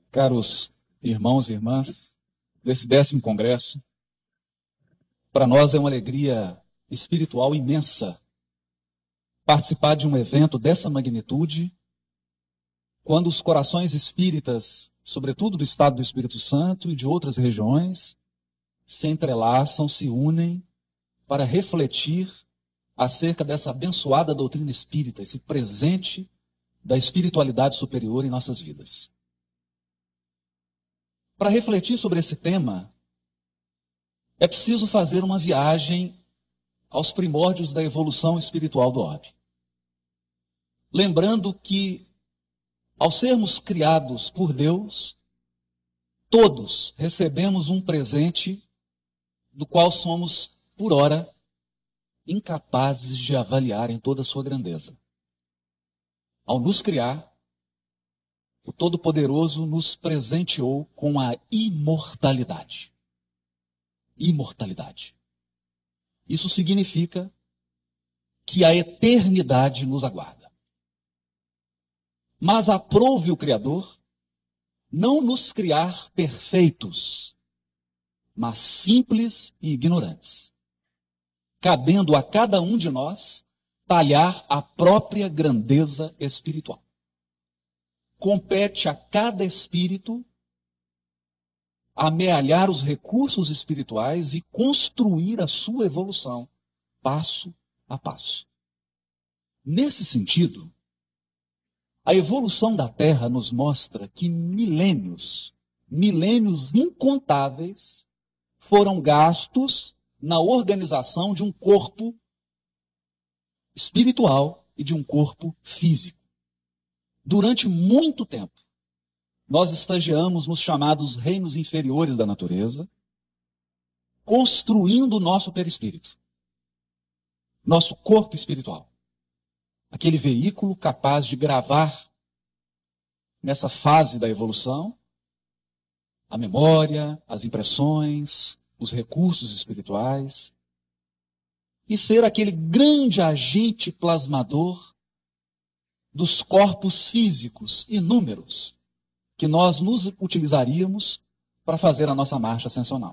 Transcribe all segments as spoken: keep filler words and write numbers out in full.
Caros irmãos e irmãs desse décimo congresso, para nós é uma alegria espiritual imensa participar de um evento dessa magnitude, quando os corações espíritas, sobretudo do estado do Espírito Santo e de outras regiões, se entrelaçam, se unem para refletir acerca dessa abençoada doutrina espírita, esse presente da espiritualidade superior em nossas vidas. Para refletir sobre esse tema, é preciso fazer uma viagem aos primórdios da evolução espiritual do orbe. Lembrando que, ao sermos criados por Deus, todos recebemos um presente do qual somos, por ora, incapazes de avaliar em toda a sua grandeza. Ao nos criar, o Todo-Poderoso nos presenteou com a imortalidade. Imortalidade. Isso significa que a eternidade nos aguarda. Mas aprove o Criador não nos criar perfeitos, mas simples e ignorantes, cabendo a cada um de nós talhar a própria grandeza espiritual. Compete a cada espírito amealhar os recursos espirituais e construir a sua evolução, passo a passo. Nesse sentido, a evolução da Terra nos mostra que milênios, milênios incontáveis, foram gastos na organização de um corpo espiritual e de um corpo físico. Durante muito tempo, nós estagiamos nos chamados reinos inferiores da natureza, construindo o nosso perispírito, nosso corpo espiritual. Aquele veículo capaz de gravar, nessa fase da evolução, a memória, as impressões, os recursos espirituais, e ser aquele grande agente plasmador dos corpos físicos inúmeros que nós nos utilizaríamos para fazer a nossa marcha ascensional.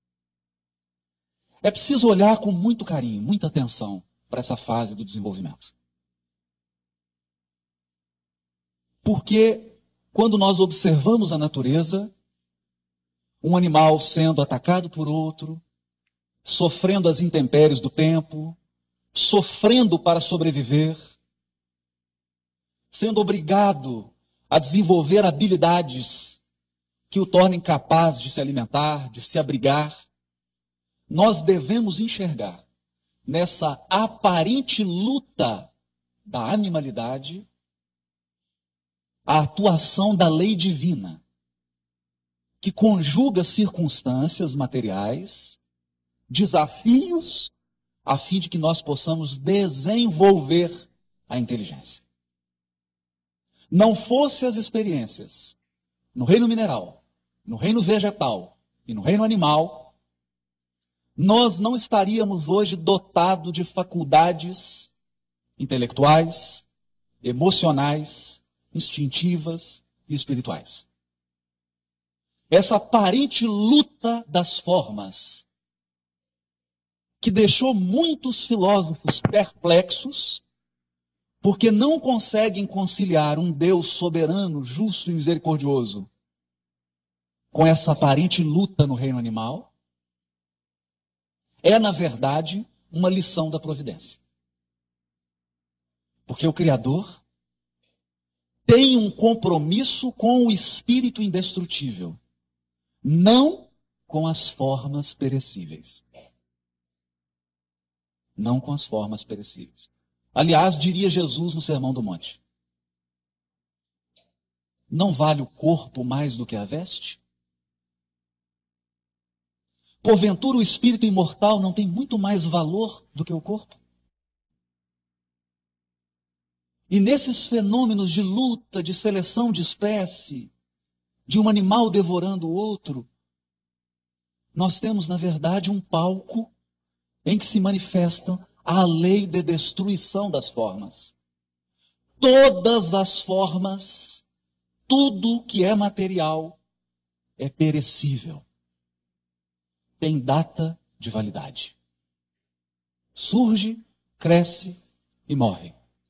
É preciso olhar com muito carinho, muita atenção para essa fase do desenvolvimento. Porque quando nós observamos a natureza, um animal sendo atacado por outro, sofrendo as intempéries do tempo, sofrendo para sobreviver, sendo obrigado a desenvolver habilidades que o tornem capaz de se alimentar, de se abrigar, nós devemos enxergar nessa aparente luta da animalidade a atuação da lei divina, que conjuga circunstâncias materiais, desafios, a fim de que nós possamos desenvolver a inteligência. Não fossem as experiências no reino mineral, no reino vegetal e no reino animal, nós não estaríamos hoje dotados de faculdades intelectuais, emocionais, instintivas e espirituais. Essa aparente luta das formas, que deixou muitos filósofos perplexos, porque não conseguem conciliar um Deus soberano, justo e misericordioso com essa aparente luta no reino animal, é, na verdade, uma lição da providência. Porque o Criador tem um compromisso com o espírito indestrutível, não com as formas perecíveis. Não com as formas perecíveis. Aliás, diria Jesus no Sermão do Monte: não vale o corpo mais do que a veste? Porventura o espírito imortal não tem muito mais valor do que o corpo? E nesses fenômenos de luta, de seleção de espécie, de um animal devorando o outro, nós temos, na verdade, um palco em que se manifestam a lei de destruição das formas. Todas as formas tudo que é material é perecível. Tem data de validade. Surge, cresce e morre.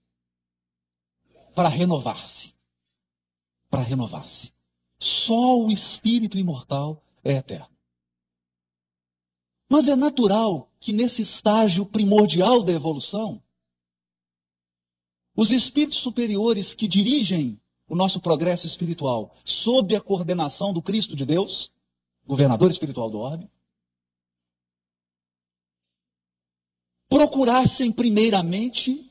Para renovar-se. Para renovar-se. Só o espírito imortal é eterno. Mas é natural que nesse estágio primordial da evolução, os espíritos superiores que dirigem o nosso progresso espiritual, sob a coordenação do Cristo de Deus, governador espiritual do orbe, procurassem primeiramente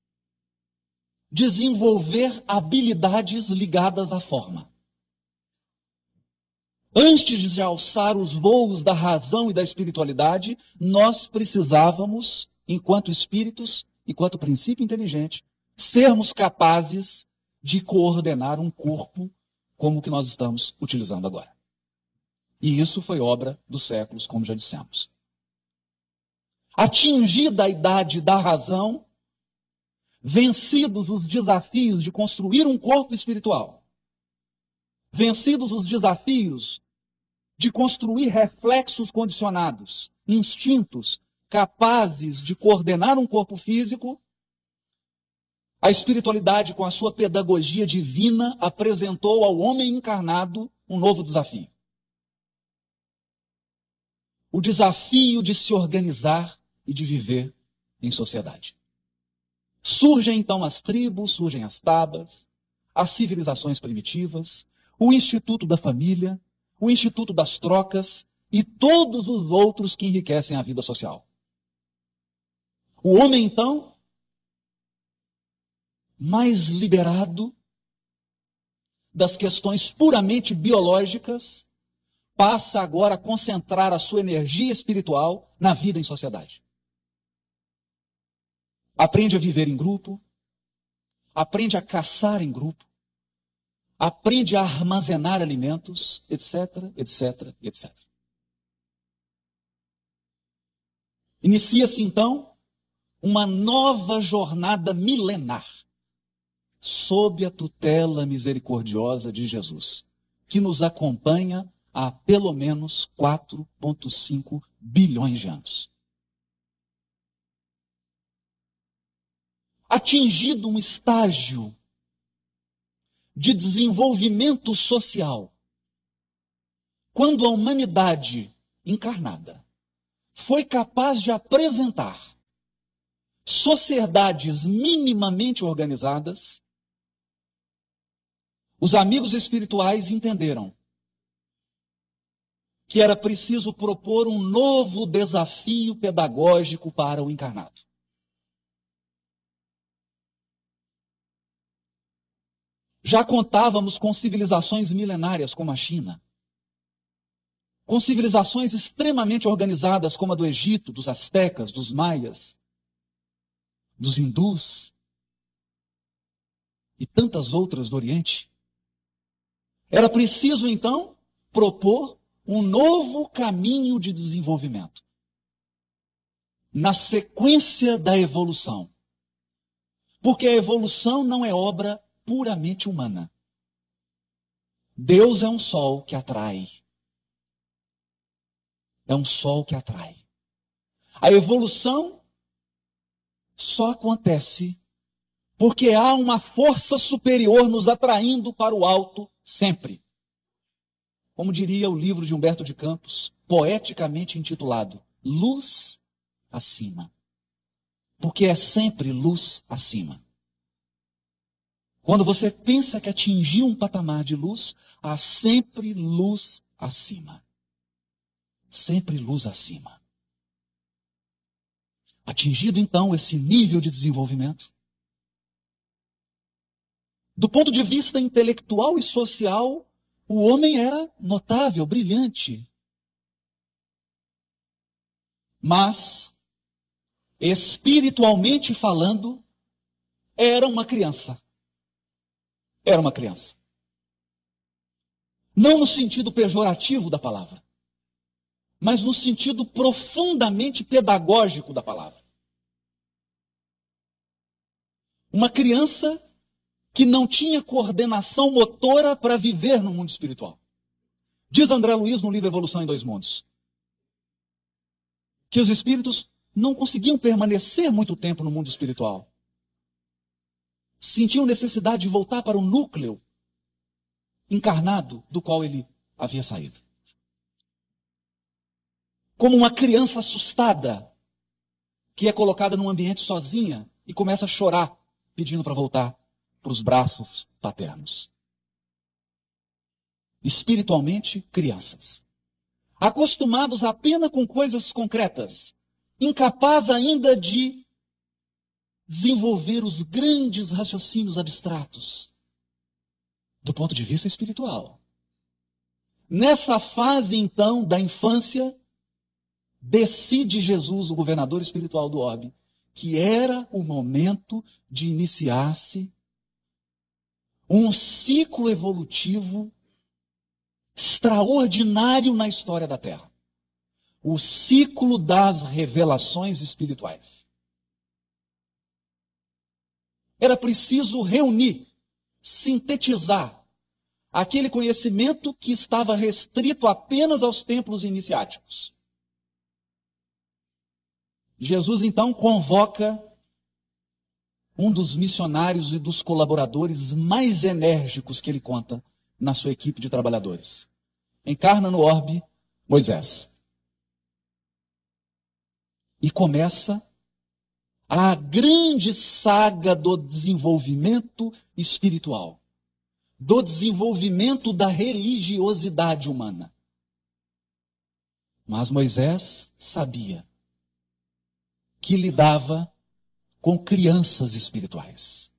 desenvolver habilidades ligadas à forma. Antes de alçar os voos da razão e da espiritualidade, nós precisávamos, enquanto espíritos, enquanto princípio inteligente, sermos capazes de coordenar um corpo como o que nós estamos utilizando agora. E isso foi obra dos séculos, como já dissemos. Atingida a idade da razão, vencidos os desafios de construir um corpo espiritual, vencidos os desafios de construir reflexos condicionados, instintos capazes de coordenar um corpo físico, a espiritualidade, com a sua pedagogia divina, apresentou ao homem encarnado um novo desafio. O desafio de se organizar e de viver em sociedade. Surgem então as tribos, surgem as tabas, as civilizações primitivas, o Instituto da Família, o Instituto das Trocas e todos os outros que enriquecem a vida social. O homem, então, mais liberado das questões puramente biológicas, passa agora a concentrar a sua energia espiritual na vida em sociedade. Aprende a viver em grupo, aprende a caçar em grupo, aprende a armazenar alimentos, etc, etc, etcétera. Inicia-se então uma nova jornada milenar sob a tutela misericordiosa de Jesus, que nos acompanha há pelo menos quatro vírgula cinco bilhões de anos. Atingido um estágio de desenvolvimento social, quando a humanidade encarnada foi capaz de apresentar sociedades minimamente organizadas, os amigos espirituais entenderam que era preciso propor um novo desafio pedagógico para o encarnado. Já contávamos com civilizações milenárias como a China, com civilizações extremamente organizadas como a do Egito, dos astecas, dos maias, dos hindus e tantas outras do Oriente. Era preciso, então, propor um novo caminho de desenvolvimento, na sequência da evolução. Porque a evolução não é obra puramente humana. Deus é um sol que atrai. É um sol que atrai. A evolução só acontece porque há uma força superior nos atraindo para o alto sempre. Como diria o livro de Humberto de Campos, poeticamente intitulado Luz Acima. Porque é sempre luz acima. Quando você pensa que atingiu um patamar de luz, há sempre luz acima. Sempre luz acima. Atingido então esse nível de desenvolvimento, do ponto de vista intelectual e social, o homem era notável, brilhante. Mas, espiritualmente falando, era uma criança. Era uma criança. Não no sentido pejorativo da palavra, mas no sentido profundamente pedagógico da palavra. Uma criança que não tinha coordenação motora para viver no mundo espiritual. Diz André Luiz no livro Evolução em Dois Mundos, que os espíritos não conseguiam permanecer muito tempo no mundo espiritual. Sentiam necessidade de voltar para o núcleo encarnado do qual ele havia saído. Como uma criança assustada que é colocada num ambiente sozinha e começa a chorar, pedindo para voltar para os braços paternos. Espiritualmente, crianças. Acostumados apenas com coisas concretas, incapaz ainda de desenvolver os grandes raciocínios abstratos do ponto de vista espiritual. Nessa fase, então, da infância, decide Jesus, o governador espiritual do orbe, que era o momento de iniciar-se um ciclo evolutivo extraordinário na história da Terra. O ciclo das revelações espirituais. Era preciso reunir, sintetizar aquele conhecimento que estava restrito apenas aos templos iniciáticos. Jesus, então, convoca um dos missionários e dos colaboradores mais enérgicos que ele conta na sua equipe de trabalhadores. Encarna no orbe Moisés. E começa a grande saga do desenvolvimento espiritual, do desenvolvimento da religiosidade humana. Mas Moisés sabia que lidava com crianças espirituais.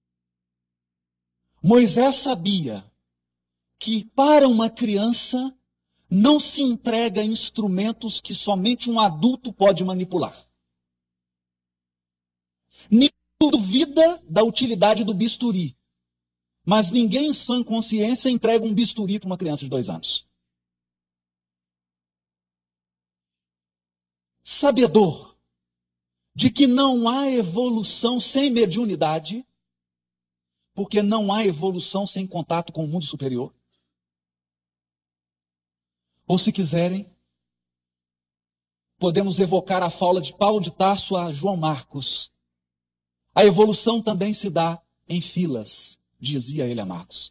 Moisés sabia que para uma criança não se entrega instrumentos que somente um adulto pode manipular. Ninguém duvida da utilidade do bisturi, mas ninguém em sã consciência entrega um bisturi para uma criança de dois anos. Sabedor de que não há evolução sem mediunidade, porque não há evolução sem contato com o mundo superior. Ou, se quiserem, podemos evocar a fala de Paulo de Tarso a João Marcos. A evolução também se dá em filas, dizia ele a Marcos.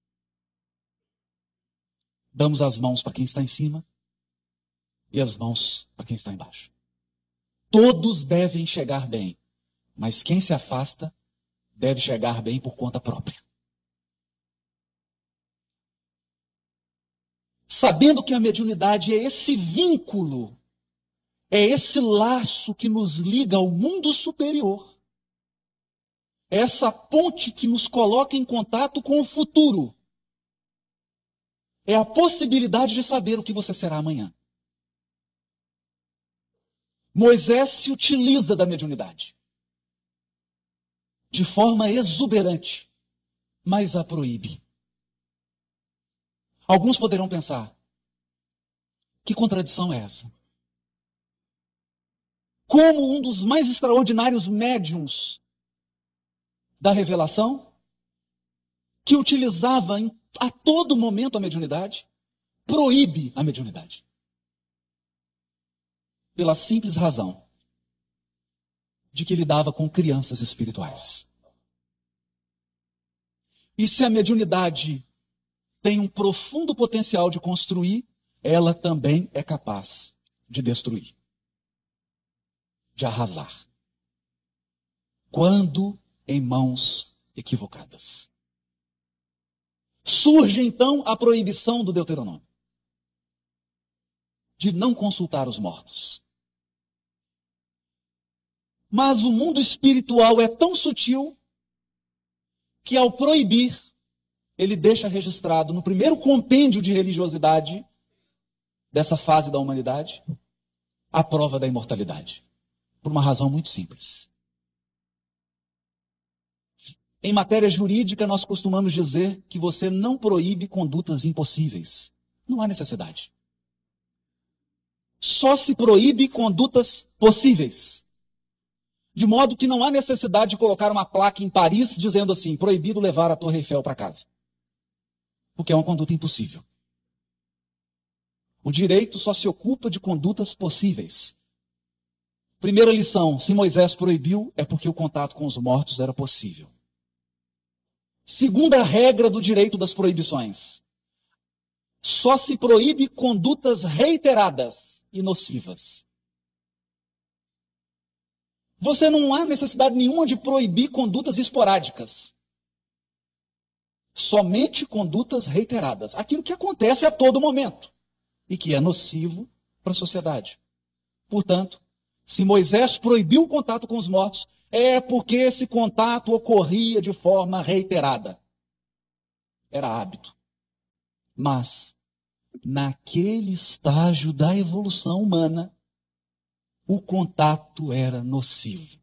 Damos as mãos para quem está em cima e as mãos para quem está embaixo. Todos devem chegar bem, mas quem se afasta deve chegar bem por conta própria. Sabendo que a mediunidade é esse vínculo, é esse laço que nos liga ao mundo superior, é essa ponte que nos coloca em contato com o futuro, é a possibilidade de saber o que você será amanhã. Moisés se utiliza da mediunidade de forma exuberante, mas a proíbe. Alguns poderão pensar, que contradição é essa? Como um dos mais extraordinários médiuns da revelação, que utilizava em, a todo momento a mediunidade, proíbe a mediunidade. Pela simples razão de que lidava com crianças espirituais. E se a mediunidade tem um profundo potencial de construir, ela também é capaz de destruir, de arrasar. Quando em mãos equivocadas. Surge então a proibição do Deuteronômio de não consultar os mortos. Mas o mundo espiritual é tão sutil que, ao proibir, ele deixa registrado no primeiro compêndio de religiosidade dessa fase da humanidade a prova da imortalidade. Por uma razão muito simples. Em matéria jurídica, nós costumamos dizer que você não proíbe condutas impossíveis. Não há necessidade. Só se proíbe condutas possíveis. De modo que não há necessidade de colocar uma placa em Paris dizendo assim, proibido levar a Torre Eiffel para casa. Porque é uma conduta impossível. O direito só se ocupa de condutas possíveis. Primeira lição, se Moisés proibiu, é porque o contato com os mortos era possível. Segunda regra do direito das proibições. Só se proíbe condutas reiteradas e nocivas. Você não há necessidade nenhuma de proibir condutas esporádicas. Somente condutas reiteradas. Aquilo que acontece a todo momento e que é nocivo para a sociedade. Portanto, se Moisés proibiu o contato com os mortos, é porque esse contato ocorria de forma reiterada. Era hábito. Mas, naquele estágio da evolução humana, o contato era nocivo.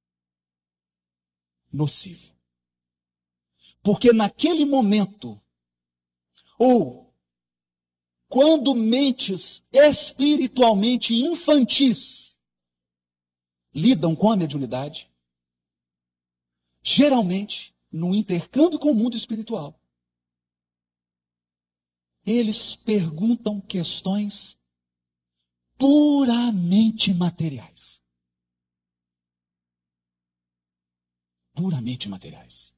Nocivo. Porque naquele momento, ou quando mentes espiritualmente infantis lidam com a mediunidade, geralmente, no intercâmbio com o mundo espiritual, eles perguntam questões puramente materiais. Puramente materiais.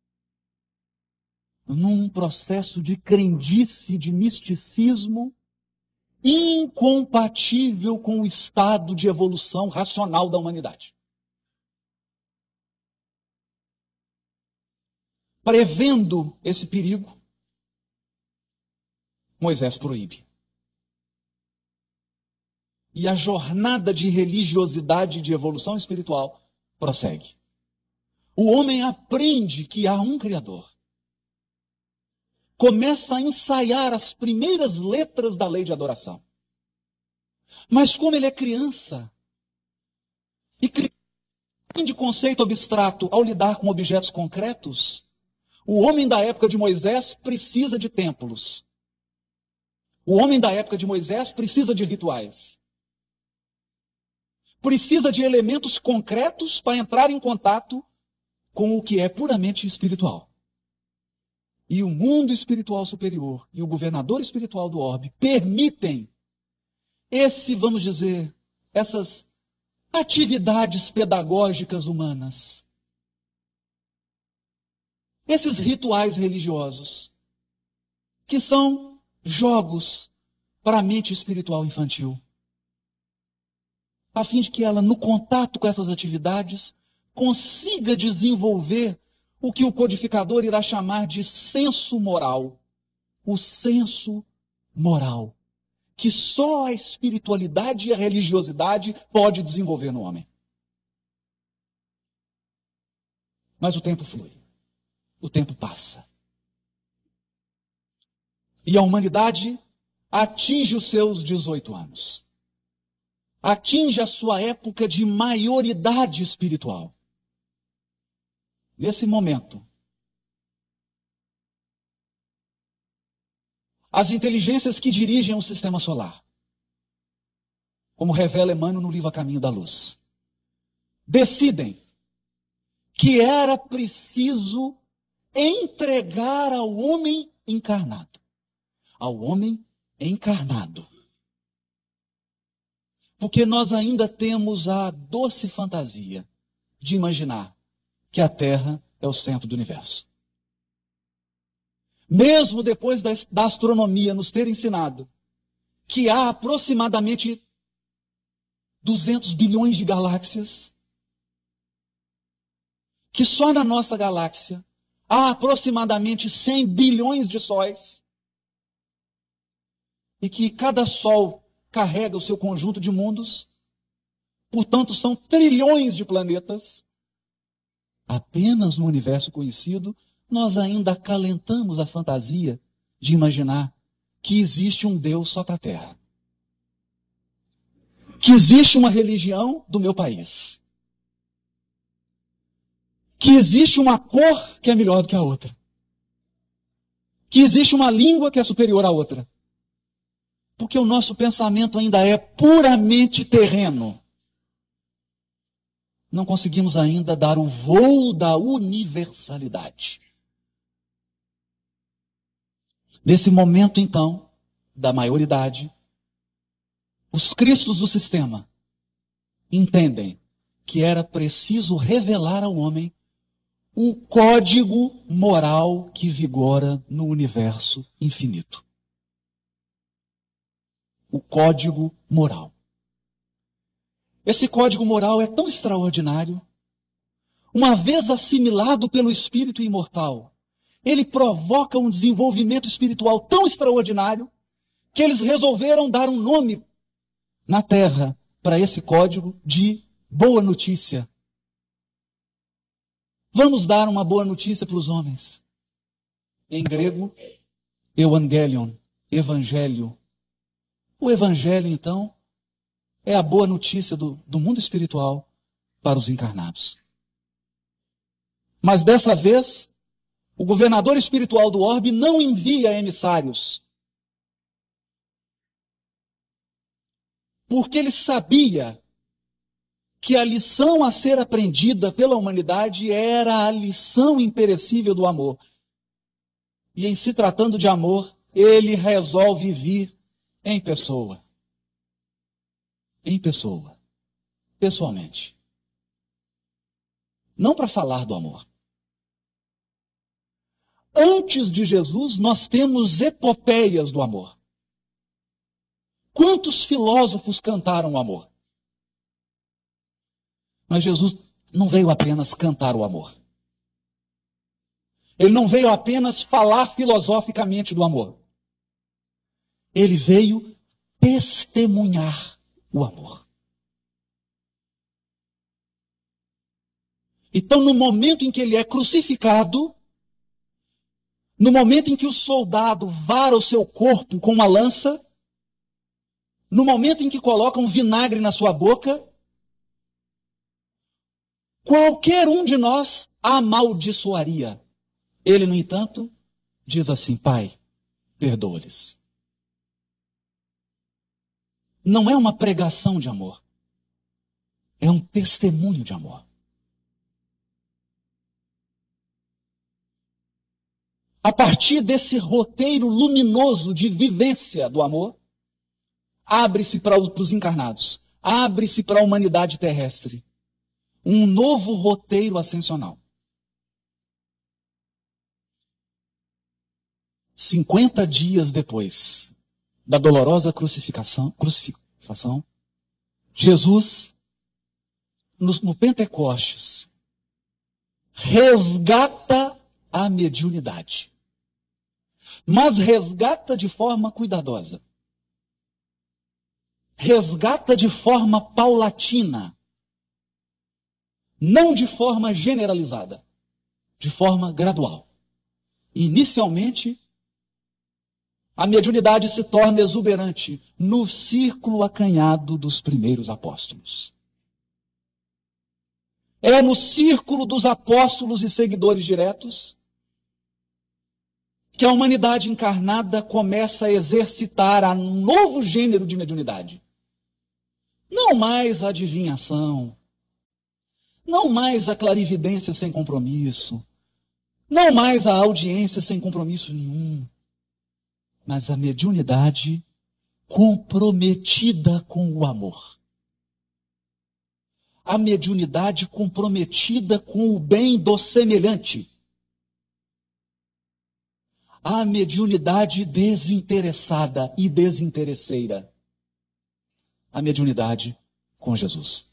Num processo de crendice, de misticismo, incompatível com o estado de evolução racional da humanidade. Prevendo esse perigo, Moisés proíbe. E a jornada de religiosidade e de evolução espiritual prossegue. O homem aprende que há um Criador. Começa a ensaiar as primeiras letras da lei de adoração. Mas como ele é criança, e de conceito abstrato ao lidar com objetos concretos, o homem da época de Moisés precisa de templos. O homem da época de Moisés precisa de rituais. Precisa de elementos concretos para entrar em contato com o que é puramente espiritual. E o mundo espiritual superior e o governador espiritual do orbe permitem esse, vamos dizer, essas atividades pedagógicas humanas. Esses rituais religiosos, que são jogos para a mente espiritual infantil, a fim de que ela, no contato com essas atividades, consiga desenvolver o que o codificador irá chamar de senso moral. O senso moral, que só a espiritualidade e a religiosidade pode desenvolver no homem. Mas o tempo flui. O tempo passa. E a humanidade atinge os seus dezoito anos. Atinge a sua época de maioridade espiritual. Nesse momento, as inteligências que dirigem o sistema solar, como revela Emmanuel no livro A Caminho da Luz, decidem que era preciso entregar ao homem encarnado. Ao homem encarnado. Porque nós ainda temos a doce fantasia de imaginar que a Terra é o centro do universo. Mesmo depois da, da astronomia nos ter ensinado que há aproximadamente duzentos bilhões de galáxias, que só na nossa galáxia há aproximadamente cem bilhões de sóis, e que cada sol carrega o seu conjunto de mundos, portanto são trilhões de planetas. Apenas no universo conhecido, nós ainda acalentamos a fantasia de imaginar que existe um Deus só para a Terra. Que existe uma religião do meu país. Que existe uma cor que é melhor do que a outra. Que existe uma língua que é superior à outra. Porque o nosso pensamento ainda é puramente terreno. não conseguimos ainda dar o voo da universalidade. Nesse momento, então, da maioridade, os cristos do sistema entendem que era preciso revelar ao homem um código moral que vigora no universo infinito. O código moral. Esse código moral é tão extraordinário, uma vez assimilado pelo Espírito imortal, ele provoca um desenvolvimento espiritual tão extraordinário que eles resolveram dar um nome na Terra para esse código de boa notícia. Vamos dar uma boa notícia para os homens. Em grego, evangelion, evangelho. O evangelho, então, é a boa notícia do, do mundo espiritual para os encarnados. Mas dessa vez, o governador espiritual do orbe não envia emissários. Porque ele sabia que a lição a ser aprendida pela humanidade era a lição imperecível do amor. E em se tratando de amor, ele resolve vir em pessoa. Em pessoa. Pessoalmente. Não para falar do amor. Antes de Jesus, nós temos epopeias do amor. Quantos filósofos cantaram o amor? Mas Jesus não veio apenas cantar o amor. Ele não veio apenas falar filosoficamente do amor. Ele veio testemunhar o amor. Então, no momento em que ele é crucificado, no momento em que o soldado vara o seu corpo com uma lança, no momento em que coloca um vinagre na sua boca, qualquer um de nós amaldiçoaria. Ele, no entanto, diz assim: Pai, perdoa-lhes. Não é uma pregação de amor. É um testemunho de amor. A partir desse roteiro luminoso de vivência do amor, abre-se para os encarnados, abre-se para a humanidade terrestre um novo roteiro ascensional. cinquenta dias depois da dolorosa crucificação, crucificação Jesus, no, no Pentecostes, resgata a mediunidade. Mas resgata de forma cuidadosa. Resgata de forma paulatina. Não de forma generalizada. De forma gradual. Inicialmente, a mediunidade se torna exuberante no círculo acanhado dos primeiros apóstolos. É no círculo dos apóstolos e seguidores diretos que a humanidade encarnada começa a exercitar a um novo gênero de mediunidade. Não mais a adivinhação, não mais a clarividência sem compromisso, não mais a audiência sem compromisso nenhum, mas a mediunidade comprometida com o amor. A mediunidade comprometida com o bem do semelhante. A mediunidade desinteressada e desinteresseira. A mediunidade com Jesus.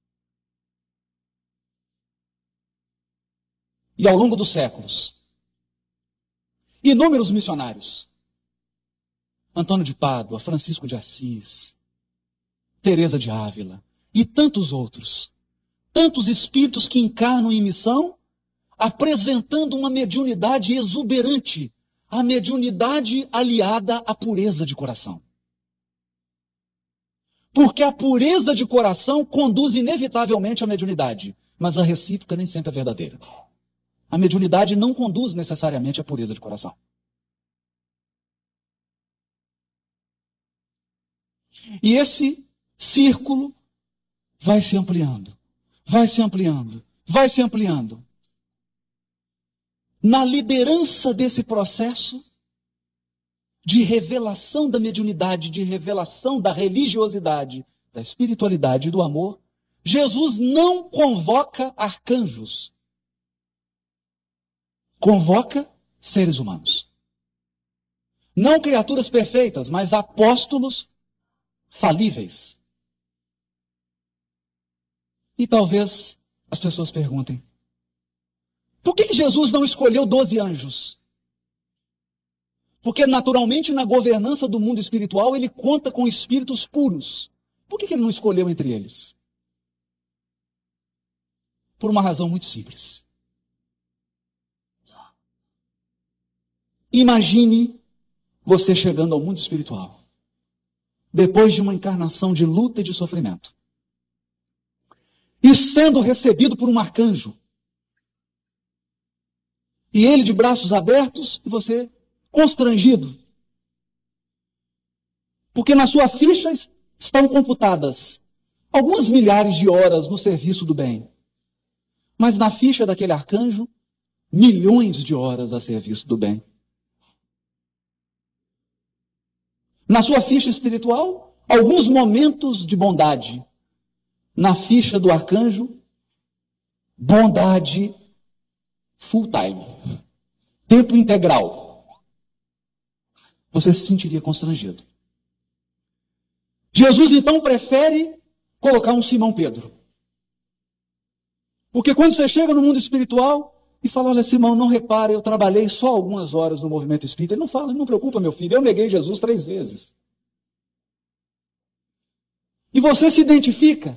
E ao longo dos séculos, inúmeros missionários, Antônio de Pádua, Francisco de Assis, Teresa de Ávila e tantos outros, tantos espíritos que encarnam em missão, apresentando uma mediunidade exuberante, a mediunidade aliada à pureza de coração. Porque a pureza de coração conduz inevitavelmente à mediunidade, mas a recíproca nem sempre é verdadeira. A mediunidade não conduz necessariamente à pureza de coração. E esse círculo vai se ampliando, vai se ampliando, vai se ampliando. Na liderança desse processo de revelação da mediunidade, de revelação da religiosidade, da espiritualidade e do amor, Jesus não convoca arcanjos. Convoca seres humanos. Não criaturas perfeitas, mas apóstolos falíveis. E talvez as pessoas perguntem, por que Jesus não escolheu doze anjos? Porque naturalmente na governança do mundo espiritual ele conta com espíritos puros. Por que ele não escolheu entre eles? Por uma razão muito simples. Imagine você chegando ao mundo espiritual, depois de uma encarnação de luta e de sofrimento, e sendo recebido por um arcanjo, e ele de braços abertos, e você constrangido. Porque na sua ficha estão computadas algumas milhares de horas no serviço do bem. Mas na ficha daquele arcanjo, milhões de horas a serviço do bem. Na sua ficha espiritual, alguns momentos de bondade. Na ficha do arcanjo, bondade full time. Tempo integral. Você se sentiria constrangido. Jesus então prefere colocar um Simão Pedro. Porque quando você chega no mundo espiritual e fala, olha Simão, não repare, eu trabalhei só algumas horas no movimento espírita. Ele não fala, não preocupa meu filho, eu neguei Jesus três vezes. E você se identifica.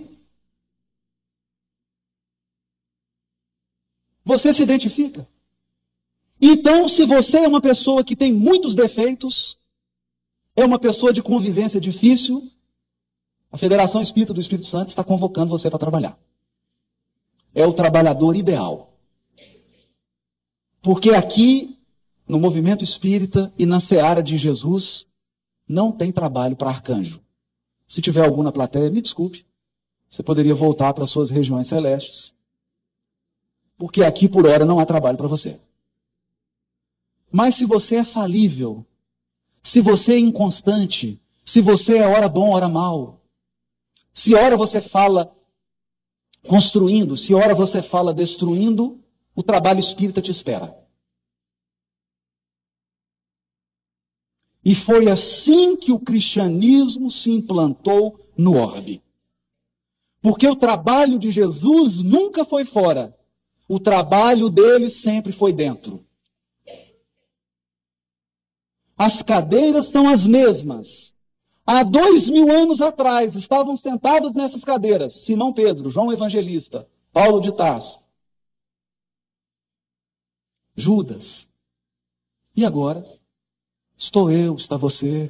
Você se identifica. Então, se você é uma pessoa que tem muitos defeitos, é uma pessoa de convivência difícil, a Federação Espírita do Espírito Santo está convocando você para trabalhar. É o trabalhador ideal. Porque aqui, no movimento espírita e na seara de Jesus, não tem trabalho para arcanjo. Se tiver algum na plateia, me desculpe. Você poderia voltar para suas regiões celestes. Porque aqui, por hora, não há trabalho para você. Mas se você é falível, se você é inconstante, se você é hora bom, hora mal, se hora você fala construindo, se hora você fala destruindo, o trabalho espírita te espera. E foi assim que o cristianismo se implantou no orbe. Porque o trabalho de Jesus nunca foi fora. O trabalho dele sempre foi dentro. As cadeiras são as mesmas. Há dois mil anos atrás estavam sentados nessas cadeiras Simão Pedro, João Evangelista, Paulo de Tarso, Judas. E agora? Estou eu, está você.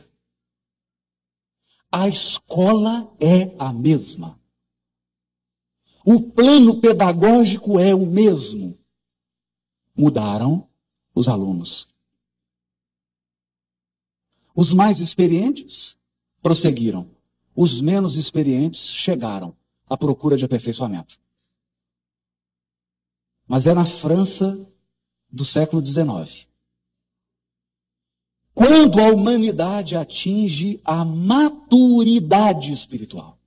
A escola é a mesma. O plano pedagógico é o mesmo. Mudaram os alunos. Os mais experientes prosseguiram. Os menos experientes chegaram à procura de aperfeiçoamento. Mas é na França do século dezenove. Quando a humanidade atinge a maturidade espiritual.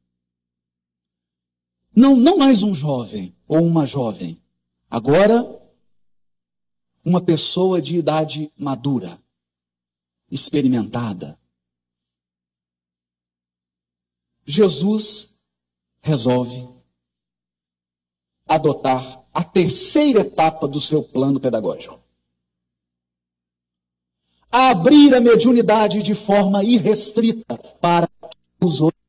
Não, não mais um jovem ou uma jovem. Agora, uma pessoa de idade madura, experimentada. Jesus resolve adotar a terceira etapa do seu plano pedagógico. Abrir a mediunidade de forma irrestrita para os outros.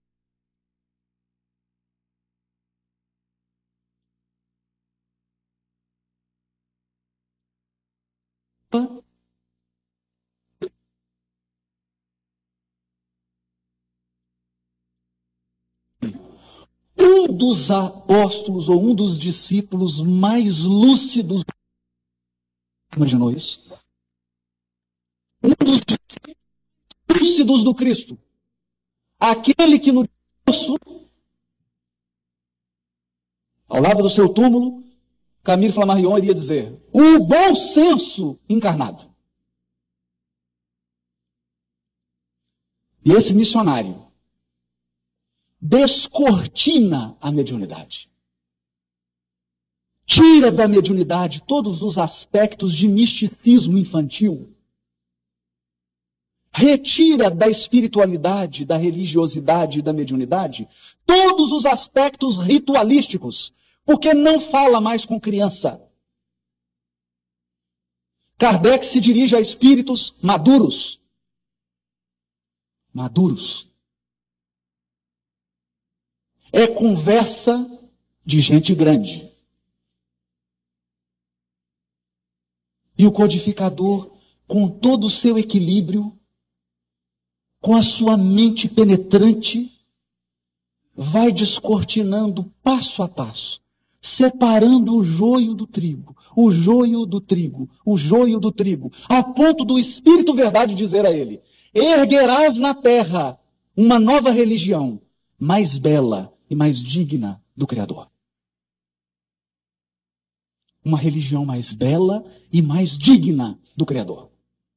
Um dos apóstolos ou um dos discípulos mais lúcidos. Imaginou isso? Um dos discípulos lúcidos do Cristo. Aquele que no discurso Ao lado do seu túmulo, Camille Flammarion iria dizer: o bom senso encarnado. E esse missionário descortina a mediunidade. Tira da mediunidade todos os aspectos de misticismo infantil. Retira da espiritualidade, da religiosidade e da mediunidade todos os aspectos ritualísticos, porque não fala mais com criança. Kardec se dirige a espíritos maduros. Maduros. É conversa de gente grande. E o codificador, com todo o seu equilíbrio, com a sua mente penetrante, vai descortinando passo a passo, separando o joio do trigo, o joio do trigo, o joio do trigo, a ponto do Espírito Verdade dizer a ele: erguerás na terra uma nova religião, mais bela e mais digna do Criador. Uma religião mais bela e mais digna do Criador.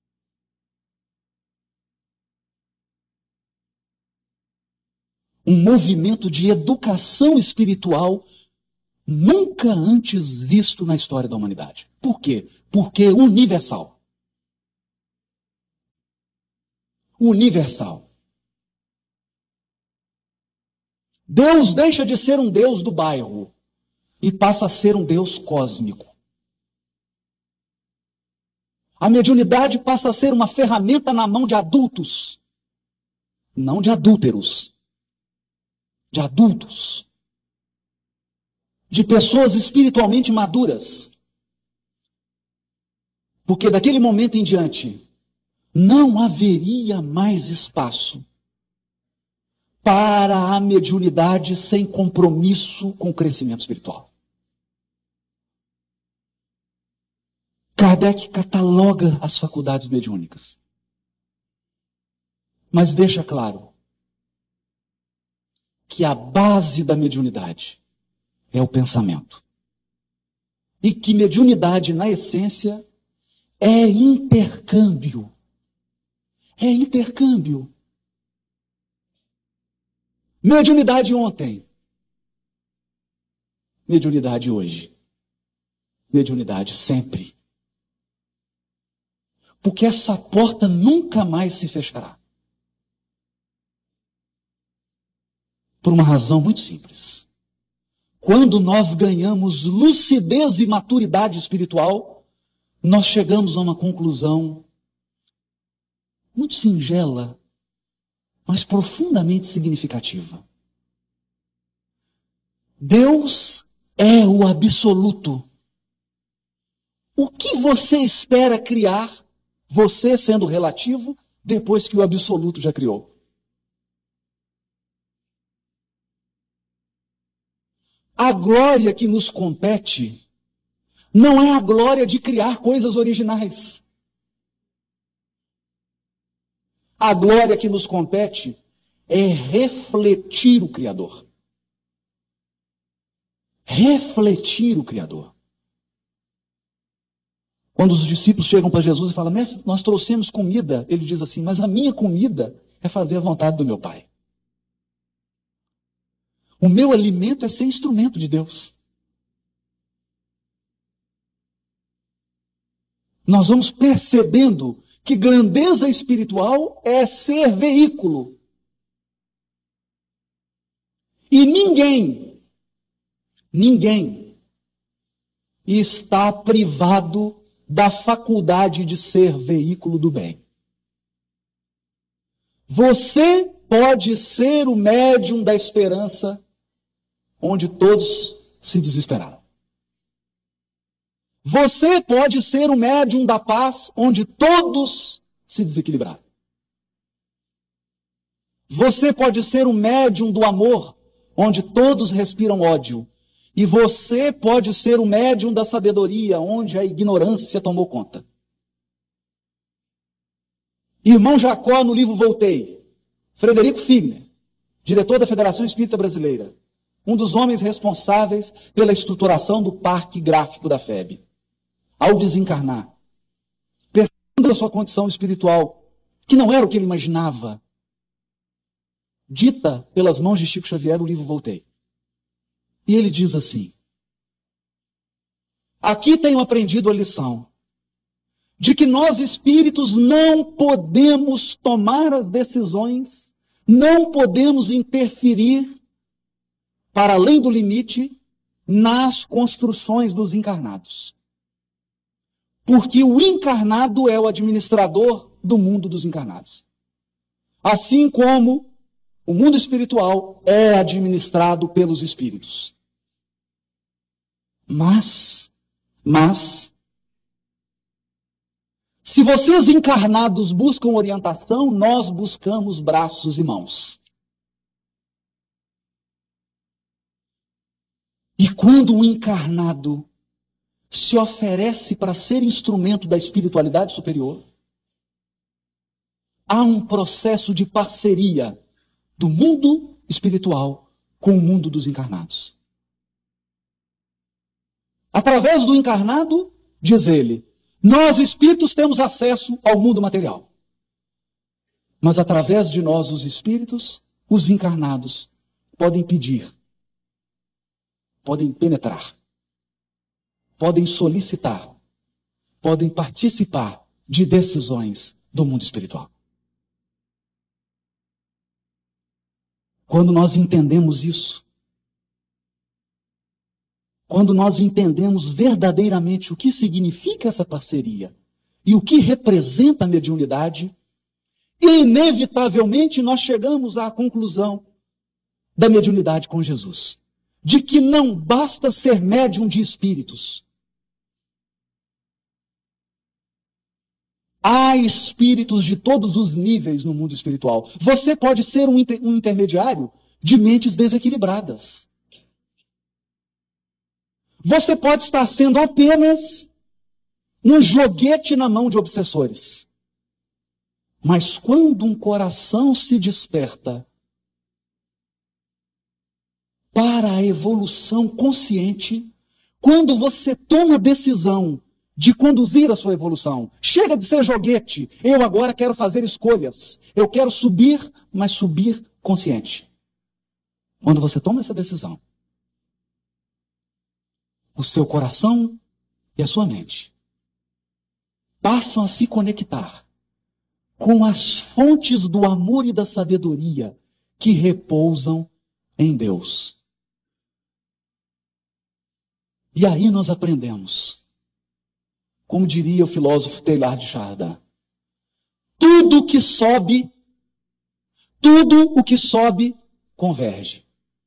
Um movimento de educação espiritual nunca antes visto na história da humanidade. Por quê? Porque é universal. Universal. Deus deixa de ser um Deus do bairro e passa a ser um Deus cósmico. A mediunidade passa a ser uma ferramenta na mão de adultos, não de adúlteros, de adultos, de pessoas espiritualmente maduras. Porque daquele momento em diante, não haveria mais espaço para a mediunidade sem compromisso com o crescimento espiritual. Kardec cataloga as faculdades mediúnicas, mas deixa claro que a base da mediunidade é o pensamento. E que mediunidade, na essência, é intercâmbio. É intercâmbio. Mediunidade ontem. Mediunidade hoje. Mediunidade sempre. Porque essa porta nunca mais se fechará. Por uma razão muito simples. Quando nós ganhamos lucidez e maturidade espiritual, nós chegamos a uma conclusão muito singela, mas profundamente significativa. Deus é o absoluto. O que você espera criar, você sendo relativo, depois que o absoluto já criou? A glória que nos compete não é a glória de criar coisas originais. A glória que nos compete é refletir o Criador. Refletir o Criador. Quando os discípulos chegam para Jesus e falam: mestre, nós trouxemos comida, ele diz assim: mas a minha comida é fazer a vontade do meu Pai. O meu alimento é ser instrumento de Deus. Nós vamos percebendo que grandeza espiritual é ser veículo. E ninguém, ninguém está privado da faculdade de ser veículo do bem. Você pode ser o médium da esperança onde todos se desesperaram. Você pode ser o médium da paz onde todos se desequilibraram. Você pode ser o médium do amor onde todos respiram ódio. E você pode ser o médium da sabedoria onde a ignorância tomou conta. Irmão Jacó, no livro Voltei, Frederico Figner, diretor da Federação Espírita Brasileira, um dos homens responsáveis pela estruturação do parque gráfico da F E B, ao desencarnar, percebendo a sua condição espiritual, que não era o que ele imaginava, dita pelas mãos de Chico Xavier, o livro Voltei. E ele diz assim: aqui tenho aprendido a lição de que nós espíritos não podemos tomar as decisões, não podemos interferir para além do limite nas construções dos encarnados. Porque o encarnado é o administrador do mundo dos encarnados. Assim como o mundo espiritual é administrado pelos espíritos. Mas, mas, se vocês encarnados buscam orientação, nós buscamos braços e mãos. E quando o encarnado se oferece para ser instrumento da espiritualidade superior, há um processo de parceria do mundo espiritual com o mundo dos encarnados. Através do encarnado, diz ele, nós espíritos temos acesso ao mundo material. Mas através de nós, os espíritos, os encarnados podem pedir, podem penetrar, podem solicitar, podem participar de decisões do mundo espiritual. Quando nós entendemos isso, quando nós entendemos verdadeiramente o que significa essa parceria e o que representa a mediunidade, inevitavelmente nós chegamos à conclusão da mediunidade com Jesus, de que não basta ser médium de espíritos. Há espíritos de todos os níveis no mundo espiritual. Você pode ser um, inter, um intermediário de mentes desequilibradas. Você pode estar sendo apenas um joguete na mão de obsessores. Mas quando um coração se desperta para a evolução consciente, quando você toma a decisão de conduzir a sua evolução, chega de ser joguete, eu agora quero fazer escolhas, eu quero subir, mas subir consciente. Quando você toma essa decisão, o seu coração e a sua mente passam a se conectar com as fontes do amor e da sabedoria que repousam em Deus. E aí nós aprendemos, como diria o filósofo Teilhard de Chardin, tudo que sobe, tudo o que sobe, converge.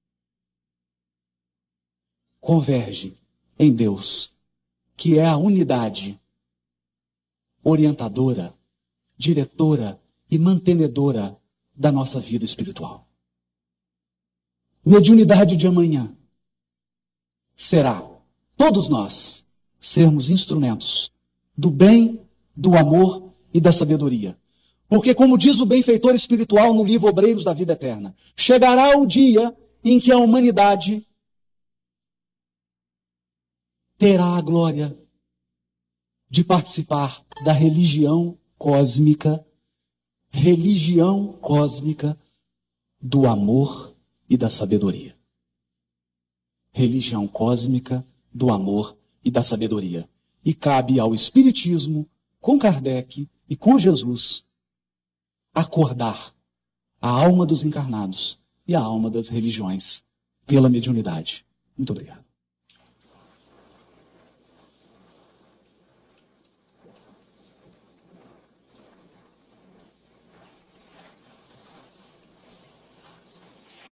Converge em Deus, que é a unidade orientadora, diretora e mantenedora da nossa vida espiritual. Mediunidade de amanhã será, todos nós, sermos instrumentos do bem, do amor e da sabedoria. Porque, como diz o benfeitor espiritual no livro Obreiros da Vida Eterna, chegará o dia em que a humanidade terá a glória de participar da religião cósmica, religião cósmica do amor e da sabedoria. Religião cósmica do amor e da sabedoria. E cabe ao Espiritismo, com Kardec e com Jesus, acordar a alma dos encarnados e a alma das religiões pela mediunidade. Muito obrigado.